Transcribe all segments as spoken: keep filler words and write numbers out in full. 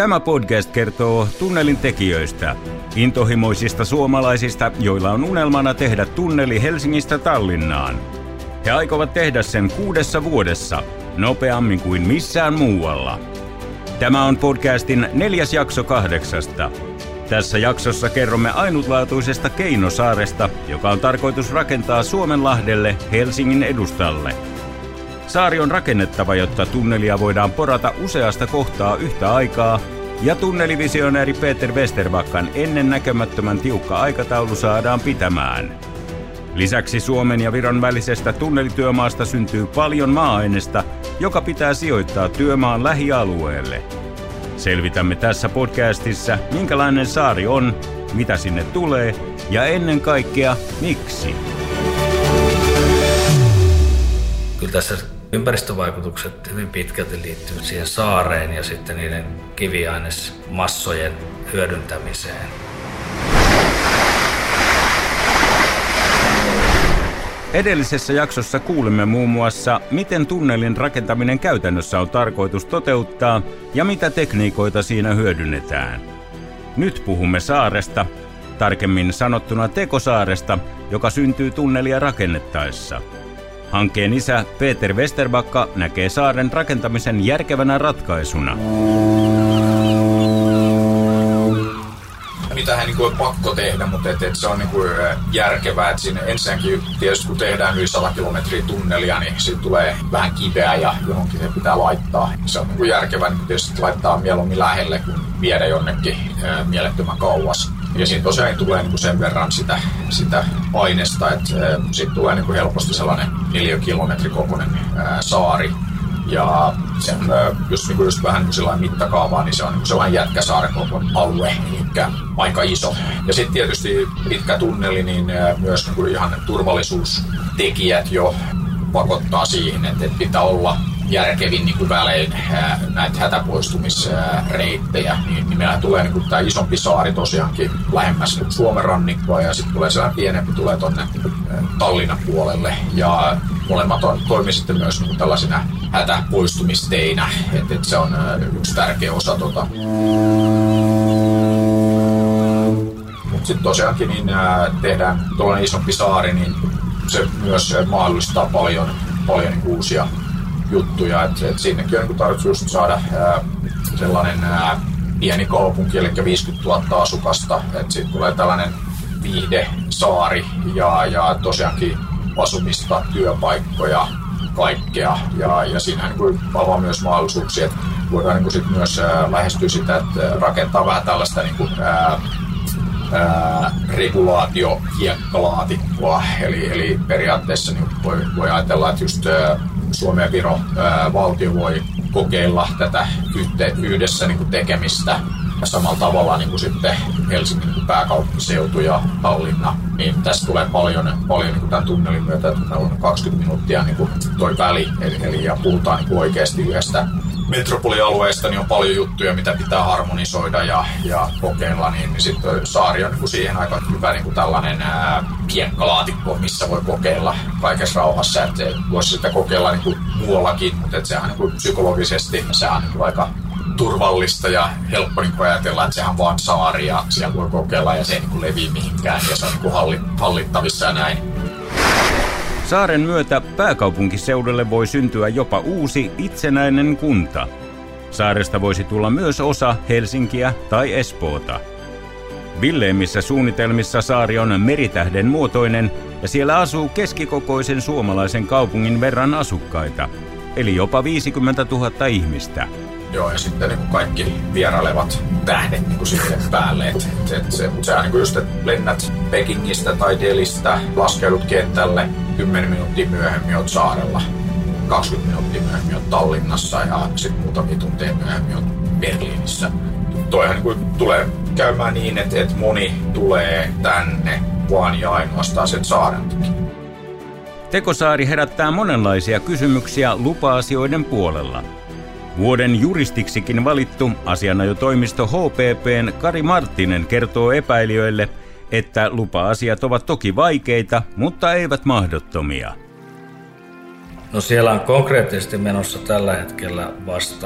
Tämä podcast kertoo tunnelin tekijöistä, intohimoisista suomalaisista, joilla on unelmana tehdä tunneli Helsingistä Tallinnaan. He aikovat tehdä sen kuudessa vuodessa, nopeammin kuin missään muualla. Tämä on podcastin neljäs jakso kahdeksasta. Tässä jaksossa kerromme ainutlaatuisesta Keinosaaresta, joka on tarkoitus rakentaa Suomenlahdelle Helsingin edustalle. Saari on rakennettava, jotta tunnelia voidaan porata useasta kohtaa yhtä aikaa, ja tunnelivisionääri Peter Vesterbackan ennennäkemättömän tiukka aikataulu saadaan pitämään. Lisäksi Suomen ja Viron välisestä tunnelityömaasta syntyy paljon maa-ainesta, joka pitää sijoittaa työmaan lähialueelle. Selvitämme tässä podcastissa, minkälainen saari on, mitä sinne tulee ja ennen kaikkea miksi. Kyllä tässä ympäristövaikutukset hyvin pitkälti liittyvät siihen saareen ja sitten niiden kiviainesmassojen hyödyntämiseen. Edellisessä jaksossa kuulimme muun muassa, miten tunnelin rakentaminen käytännössä on tarkoitus toteuttaa ja mitä tekniikoita siinä hyödynnetään. Nyt puhumme saaresta, tarkemmin sanottuna Tekosaaresta, joka syntyy tunnelia rakennettaessa. Hankkeen isä Peter Vesterbacka näkee saaren rakentamisen järkevänä ratkaisuna. Mitähän niin on pakko tehdä, mutta et, et se on niin kuin järkevää. Et siinä ensinnäkin tietysti kun tehdään yli sata kilometriä tunnelia, niin siitä tulee vähän kiveä ja johonkin se pitää laittaa. Se on niin kuin järkevää niin tietysti laittaa mieluummin lähelle kuin viedä jonnekin ää, mielettömän kauas. Ja siinä tosiaan tulee niin kuin sen verran sitä, sitä aineesta, että siitä tulee niin kuin helposti sellainen neljä kilometrin kokoinen ää, saari. Ja sen, jos niin just vähän niin mittakaavaa, niin se on niin sellainen Jätkäsaaren koko alue, eli aika iso. Ja sitten tietysti pitkä tunneli, niin myös niin ihan turvallisuustekijät jo pakottaa siihen, että pitää olla järkevin niin välein näitä hätäpoistumisreittejä. Niin, niin meillä tulee niin tämä isompi saari tosiaankin lähemmäs Suomen rannikkoa ja sitten tulee sellainen pienempi tulee tuonne Tallinnan puolelle. Ja molemmat on, toimii sitten myös niin tällaisina hätäpoistumisteinä, että et se on yksi tärkeä osa tota. Mutta sitten tosiaankin niin tehdään tuollainen isompi saari, niin se myös mahdollistaa paljon, paljon niin uusia juttuja, että et siinäkin on niin tarvitse just saada ää, sellainen ää, pieni kaupunki, eli viisikymmentätuhatta asukasta, että siitä tulee tällainen viihdesaari ja, ja tosiaankin asumista, työpaikkoja, kaikkea, ja, ja siinähän niin avaa myös mahdollisuuksia, että voidaan niin sit myös ää, lähestyä sitä, että rakentaa vähän tällaista niin kuin, ää, ää, regulaatio-hiekkalaatikkoa, eli, eli periaatteessa niin voi, voi ajatella, että just ää, Suomen ja Viro ää, valtio voi kokeilla tätä yhte, yhdessä niin kuin tekemistä ja samalla tavalla niin kuin sitten Helsingin niin kuin pääkaupunkiseutu ja Tallinna, niin tässä tulee paljon, paljon niin kuin tämän tunnelin myötä, että on kaksikymmentä minuuttia niin kuin toi väli, eli, eli ja puhutaan niin kuin oikeasti yhdestä metropolialueesta, niin on paljon juttuja, mitä pitää harmonisoida ja, ja kokeilla, niin, niin sitten saari on niin kuin siihen aika hyvä niin kuin tällainen ää, hiekkalaatikko, missä voi kokeilla kaikessa rauhassa, että voisi sitä kokeilla niin kuin muuallakin, mutta että sehän niin kuin psykologisesti sehän on niin kuin aika turvallista ja helppo niin kuin ajatella, että sehän on vaan saari ja siellä voi kokeilla ja se ei niin kuin leviä mihinkään ja se on niin kuin hallittavissa ja näin. Saaren myötä pääkaupunkiseudulle voi syntyä jopa uusi itsenäinen kunta. Saaresta voisi tulla myös osa Helsinkiä tai Espoota. Villeimmissä suunnitelmissa saari on meritähden muotoinen ja siellä asuu keskikokoisen suomalaisen kaupungin verran asukkaita, eli jopa viisikymmentätuhatta ihmistä. Joo, ja sitten niin kaikki vierailevat tähdet niin siihen päälle. Et, et, et se, mutta sehän niin just, että lennät Pekingistä tai Delistä, laskeudut kentälle, kymmenen minuuttia myöhemmin olet saarella, kaksikymmentä minuuttia myöhemmin olet Tallinnassa ja sitten muutamia tunteja myöhemmin olet Berliinissä. Toihan niin kuin tulee käymään niin, että, että moni tulee tänne vaan ja ainoastaan sen saaren takia. Tekosaari herättää monenlaisia kysymyksiä lupa-asioiden puolella. Vuoden juristiksikin valittu asianajotoimisto H P P:n Kari Marttinen kertoo epäilijöille, että lupa-asiat ovat toki vaikeita, mutta eivät mahdottomia. No siellä on konkreettisesti menossa tällä hetkellä vasta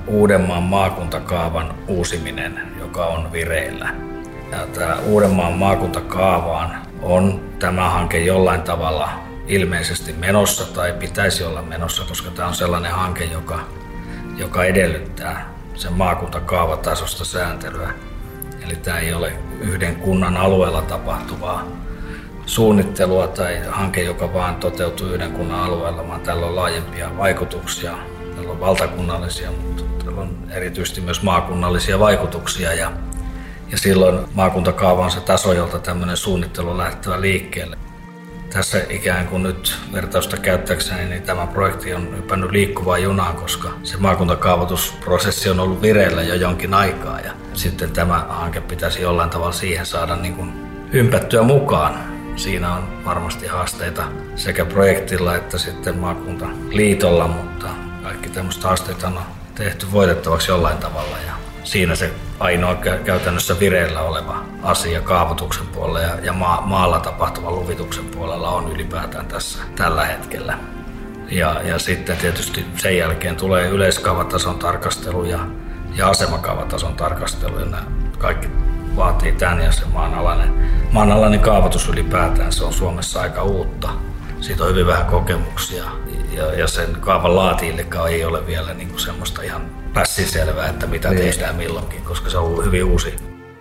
Uudenmaan maakuntakaavan uusiminen, joka on vireillä. Ja tämä Uudenmaan maakuntakaavaan on tämä hanke jollain tavalla ilmeisesti menossa tai pitäisi olla menossa, koska tämä on sellainen hanke, joka, joka edellyttää sen maakuntakaavatasosta sääntelyä. Eli tämä ei ole yhden kunnan alueella tapahtuvaa suunnittelua tai hanke, joka vaan toteutuu yhden kunnan alueella, vaan tällä on laajempia vaikutuksia. Tällä on valtakunnallisia, mutta tällä on erityisesti myös maakunnallisia vaikutuksia. Ja, ja silloin maakuntakaava on se taso, jolta tämmöinen suunnittelu on lähtettävä liikkeelle. Tässä ikään kuin nyt vertausta käyttääkseni, niin tämä projekti on hypännyt liikkuvaan junaan, koska se maakuntakaavoitusprosessi on ollut vireillä jo jonkin aikaa. Ja sitten tämä hanke pitäisi jollain tavalla siihen saada niin kuin ympättyä mukaan. Siinä on varmasti haasteita sekä projektilla että sitten maakuntaliitolla, mutta kaikki tämmöiset haasteet on tehty voitettavaksi jollain tavalla. Ja siinä se ainoa käytännössä vireillä oleva asia kaavoituksen puolella ja, ja maa, maalla tapahtuvan luvituksen puolella on ylipäätään tässä tällä hetkellä. Ja, ja sitten tietysti sen jälkeen tulee yleiskaavatason tarkastelu ja, ja asemakaavatason tarkastelu. Ja nämä kaikki vaatii tämän ja se maanalainen, maanalainen kaavoitus ylipäätään. Se on Suomessa aika uutta. Siitä on hyvin vähän kokemuksia ja, ja sen kaavan laatiillekaan ei ole vielä niin kuin semmoista ihan pässinselvää, että mitä niin tehdään milloinkin, koska se on hyvin uusi.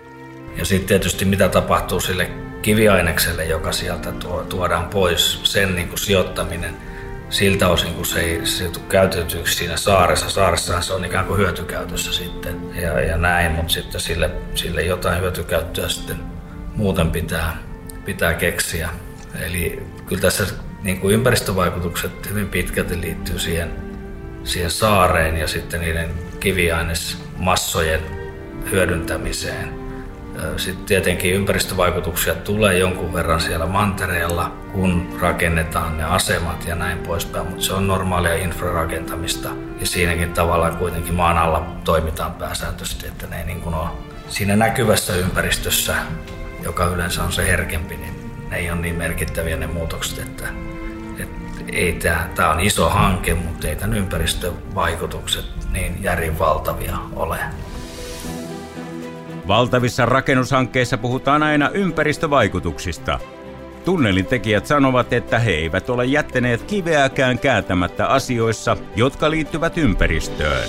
Ja sitten tietysti mitä tapahtuu sille kiviainekselle, joka sieltä tuodaan pois, sen niin kuin sijoittaminen siltä osin, kun se ei se tule käytetyksi siinä saaressa. Saaressahan se on ikään kuin hyötykäytössä sitten ja, ja näin, mutta sitten sille, sille jotain hyötykäyttöä sitten muuten pitää, pitää keksiä. Eli kyllä tässä niin kuin ympäristövaikutukset hyvin pitkälti liittyy siihen, siihen saareen ja sitten niiden kiviainesmassojen hyödyntämiseen. Sitten tietenkin ympäristövaikutuksia tulee jonkun verran siellä mantereella, kun rakennetaan ne asemat ja näin poispäin, mutta se on normaalia infrarakentamista ja siinäkin tavallaan kuitenkin maan alla toimitaan pääsääntöisesti, että ne ei niin kuin ole siinä näkyvässä ympäristössä, joka yleensä on se herkempi, niin ne ei ole niin merkittäviä ne muutokset, että, että ei tämä, tämä on iso hanke, mutta ei tämän ympäristövaikutukset niin järin valtavia ole. Valtavissa rakennushankkeissa puhutaan aina ympäristövaikutuksista. Tunnelin tekijät sanovat, että he eivät ole jättäneet kiveäkään kääntämättä asioissa, jotka liittyvät ympäristöön.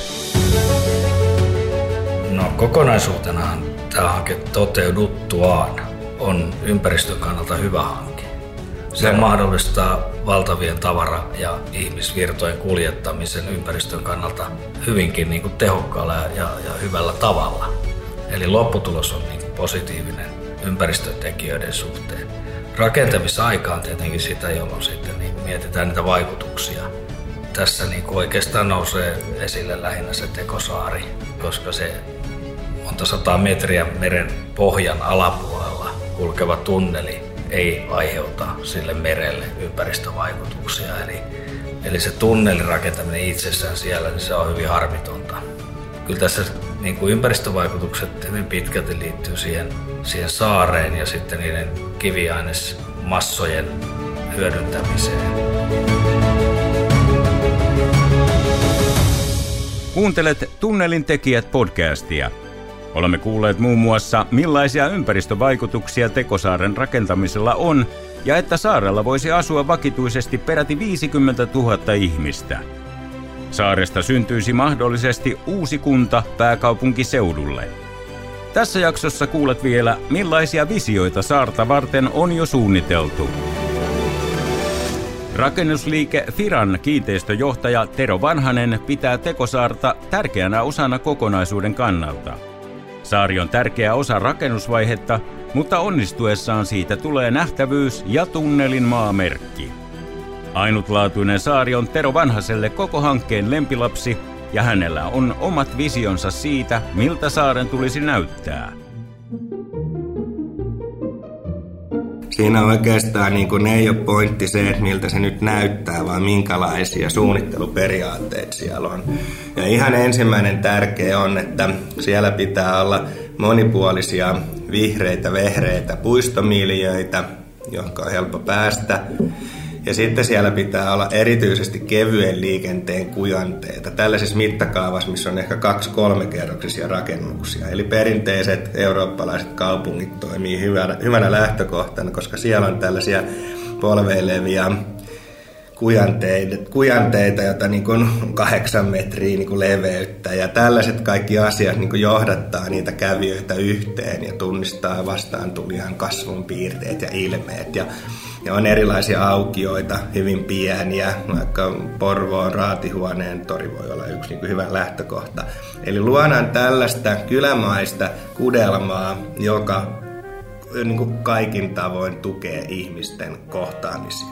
No kokonaisuutenaan tämä hanke toteuduttuaan on ympäristön kannalta hyvä hanke. Se mahdollistaa valtavien tavara- ja ihmisvirtojen kuljettamisen ympäristön kannalta hyvinkin niin kuin tehokkaalla ja, ja hyvällä tavalla. Eli lopputulos on niin kuin positiivinen ympäristötekijöiden suhteen. Rakentamisaika on tietenkin sitä, jolloin sitten niin mietitään niitä vaikutuksia. Tässä niin kuin oikeastaan nousee esille lähinnä se tekosaari, koska se monta sataa metriä meren pohjan alapuolella kulkeva tunneli ei aiheuta sille merelle ympäristövaikutuksia. Eli, eli se tunnelin rakentaminen itsessään siellä, niin se on hyvin harmitonta. Kyllä tässä niin kuin ympäristövaikutukset hyvin pitkälti liittyy siihen, siihen saareen ja sitten niiden kiviainesmassojen hyödyntämiseen. Kuuntelet Tunnelin tekijät podcastia. Olemme kuulleet muun muassa, millaisia ympäristövaikutuksia Tekosaaren rakentamisella on ja että saarella voisi asua vakituisesti peräti viisikymmentätuhatta ihmistä. Saaresta syntyisi mahdollisesti uusi kunta pääkaupunkiseudulle. Tässä jaksossa kuulet vielä, millaisia visioita saarta varten on jo suunniteltu. Rakennusliike Firan kiinteistöjohtaja Tero Vanhanen pitää Tekosaarta tärkeänä osana kokonaisuuden kannalta. Saari on tärkeä osa rakennusvaihetta, mutta onnistuessaan siitä tulee nähtävyys ja tunnelin maamerkki. Ainutlaatuinen saari on Tero Vanhaselle koko hankkeen lempilapsi ja hänellä on omat visionsa siitä, miltä saaren tulisi näyttää. Siinä oikeastaan niin kuin ei ole pointti se, että miltä se nyt näyttää, vaan minkälaisia suunnitteluperiaatteet siellä on. Ja ihan ensimmäinen tärkeä on, että siellä pitää olla monipuolisia vihreitä, vehreitä puistomiljöitä, jotka on helppo päästä. Ja sitten siellä pitää olla erityisesti kevyen liikenteen kujanteita tällaisessa mittakaavassa, missä on ehkä kaksi-kolme kerroksisia rakennuksia. Eli perinteiset eurooppalaiset kaupungit toimii hyvänä, hyvänä lähtökohtana, koska siellä on tällaisia polveilevia kujanteita, kujanteita joita niin kuin kahdeksan metriä niin kuin leveyttä. Ja tällaiset kaikki asiat niin kuin johdattaa niitä kävijöitä yhteen ja tunnistaa vastaantulijan kasvun piirteet ja ilmeet. Ja Ja on erilaisia aukioita, hyvin pieniä, vaikka Porvoon Raatihuoneen tori voi olla yksi niin kuin hyvä lähtökohta. Eli luodaan tällaista kylämaista kudelmaa, joka niin kuin kaikin tavoin tukee ihmisten kohtaamisia.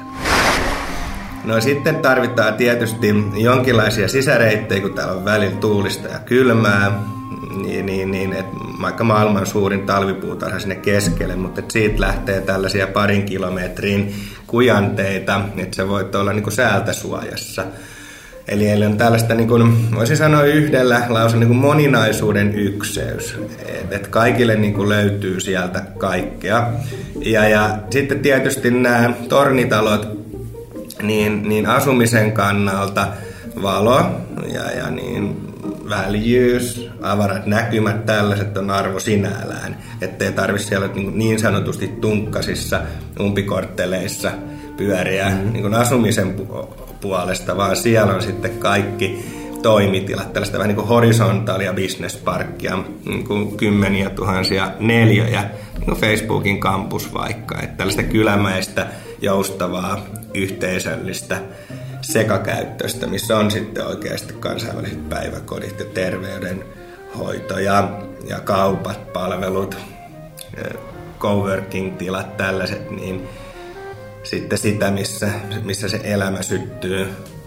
No sitten tarvitaan tietysti jonkinlaisia sisäreittejä, kun täällä on välillä tuulista ja kylmää. Niin, niin, niin, että vaikka maailman suurin talvipuutarha sinne keskelle, mutta siitä lähtee tällaisia parin kilometrin kujanteita, että se voi olla niin kuin säältä suojassa. Eli, eli on tällaista, niin kuin, voisin sanoa yhdellä lausun niin kuin moninaisuuden ykseys, että et kaikille niin kuin löytyy sieltä kaikkea. Ja, ja sitten tietysti nämä tornitalot, niin, niin asumisen kannalta valo ja, ja niin väljyys, avarat näkymät, tällaiset on arvo sinällään. Ettei tarvitse siellä niin sanotusti tunkkasissa umpikortteleissa pyöriä mm-hmm. niin kuin asumisen puolesta, vaan siellä on sitten kaikki toimitilat, tällaista vähän niin kuin horisontaalia businessparkkia, niin kuin kymmeniä tuhansia neliöjä, niin kuin Facebookin kampus vaikka. Että tällaista kylämäistä, joustavaa, yhteisöllistä sekakäyttöistä, missä on sitten oikeasti kansainväliset päiväkodit ja terveydenhoito ja, ja kaupat, palvelut, coworking-tilat, tällaiset, niin sitten sitä, missä, missä se elämä syttyy.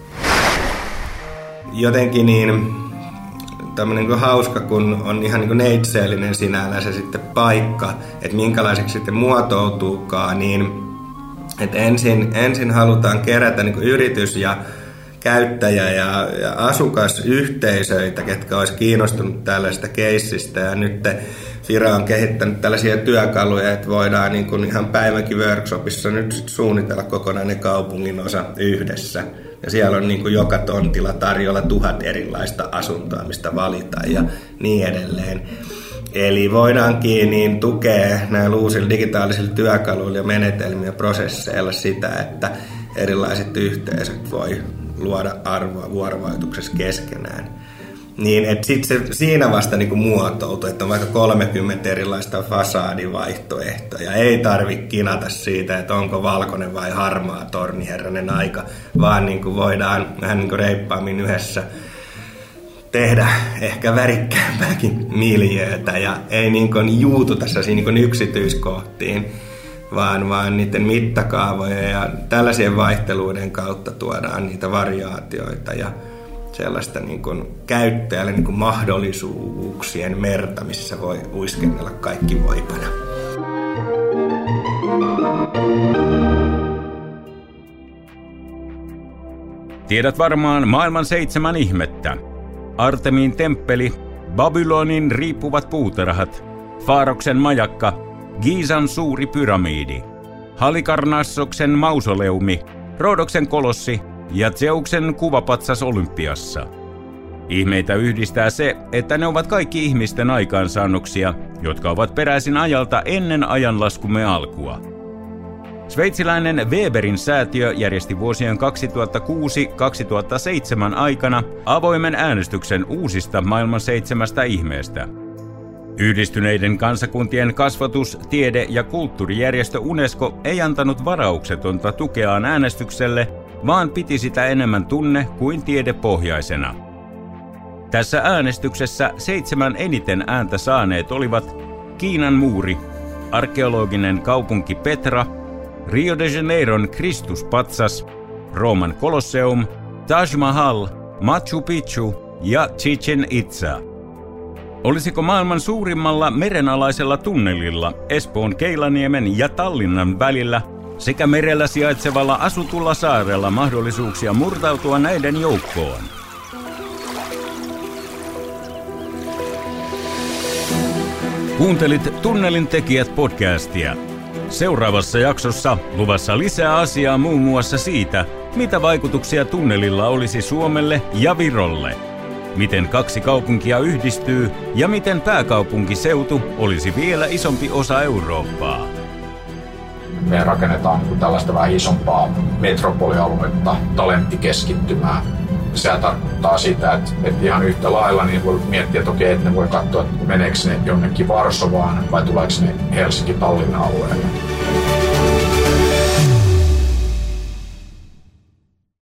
Jotenkin niin tämmöinen niin hauska, kun on ihan niin kuin neitseellinen sinällään se sitten paikka, että minkälaiseksi sitten muotoutuukaan, niin että ensin, ensin halutaan kerätä niin kuin yritys- ja käyttäjä- ja, ja asukasyhteisöitä, ketkä olisi kiinnostunut tällaista keissistä. Ja nyt Fira on kehittänyt tällaisia työkaluja, että voidaan niin kuin ihan päiväkin workshopissa nyt suunnitella kokonainen kaupungin osa yhdessä. Ja siellä on niin kuin joka tontilla tarjolla tuhat erilaista asuntoa, mistä valita ja niin edelleen. Eli voidaankin niin tukea näillä uusilla digitaalisilla työkaluilla ja menetelmillä ja prosesseilla sitä, että erilaiset yhteisöt voi luoda arvoa vuorovaikutuksessa keskenään. Niin, että sitten se siinä vasta niinku muotoutuu, että on vaikka kolmekymmentä erilaista fasadivaihtoehtoja. Ei tarvitse kinata siitä, että onko valkoinen vai harmaa torniherranen aika, vaan niinku voidaan vähän niinku reippaammin yhdessä tehdä ehkä värikkäämpääkin miljöötä ja ei niin kuin juututa niin yksityiskohtiin, vaan, vaan niiden mittakaavoja ja tällaisien vaihteluiden kautta tuodaan niitä variaatioita ja sellaista niin kuin käyttäjälle niin kuin mahdollisuuksien merta, missä voi uiskennella kaikki voipana. Tiedät varmaan maailman seitsemän ihmettä. Artemiin temppeli, Babylonin riippuvat puutarhat, Faaroksen majakka, Giisan suuri pyramiidi, Halikarnassoksen mausoleumi, Roodoksen kolossi ja Zeuksen kuvapatsas Olympiassa. Ihmeitä yhdistää se, että ne ovat kaikki ihmisten aikaansaannoksia, jotka ovat peräisin ajalta ennen ajanlaskumme alkua. Sveitsiläinen Weberin säätiö järjesti vuosien kaksituhattakuusi kaksituhattaseitsemän aikana avoimen äänestyksen uusista maailman seitsemästä ihmeestä. Yhdistyneiden kansakuntien kasvatus-, tiede- ja kulttuurijärjestö UNESCO ei antanut varauksetonta tukeaan äänestykselle, vaan piti sitä enemmän tunne- kuin tiedepohjaisena. Tässä äänestyksessä seitsemän eniten ääntä saaneet olivat Kiinan muuri, arkeologinen kaupunki Petra, Rio de Janeiron Kristuspatsas, Rooman Kolosseum, Taj Mahal, Machu Picchu ja Chichen Itza. Olisiko maailman suurimmalla merenalaisella tunnelilla Espoon Keilaniemen ja Tallinnan välillä sekä merellä sijaitsevalla asutulla saarella mahdollisuuksia murtautua näiden joukkoon? Kuuntelit Tunnelin tekijät podcastia. Seuraavassa jaksossa luvassa lisää asiaa muun muassa siitä, mitä vaikutuksia tunnelilla olisi Suomelle ja Virolle. Miten kaksi kaupunkia yhdistyy ja miten pääkaupunkiseutu olisi vielä isompi osa Eurooppaa. Me rakennetaan niin kuin tällaista vähän isompaa metropolialuetta, talenttikeskittymää. Se tarkoittaa sitä, että, että ihan yhtä lailla niin voi miettiä, että okei, että ne voi katsoa, että meneekö ne jonnekin Varsovaan vai tuleeko ne Helsinki-Tallinnan alueelle.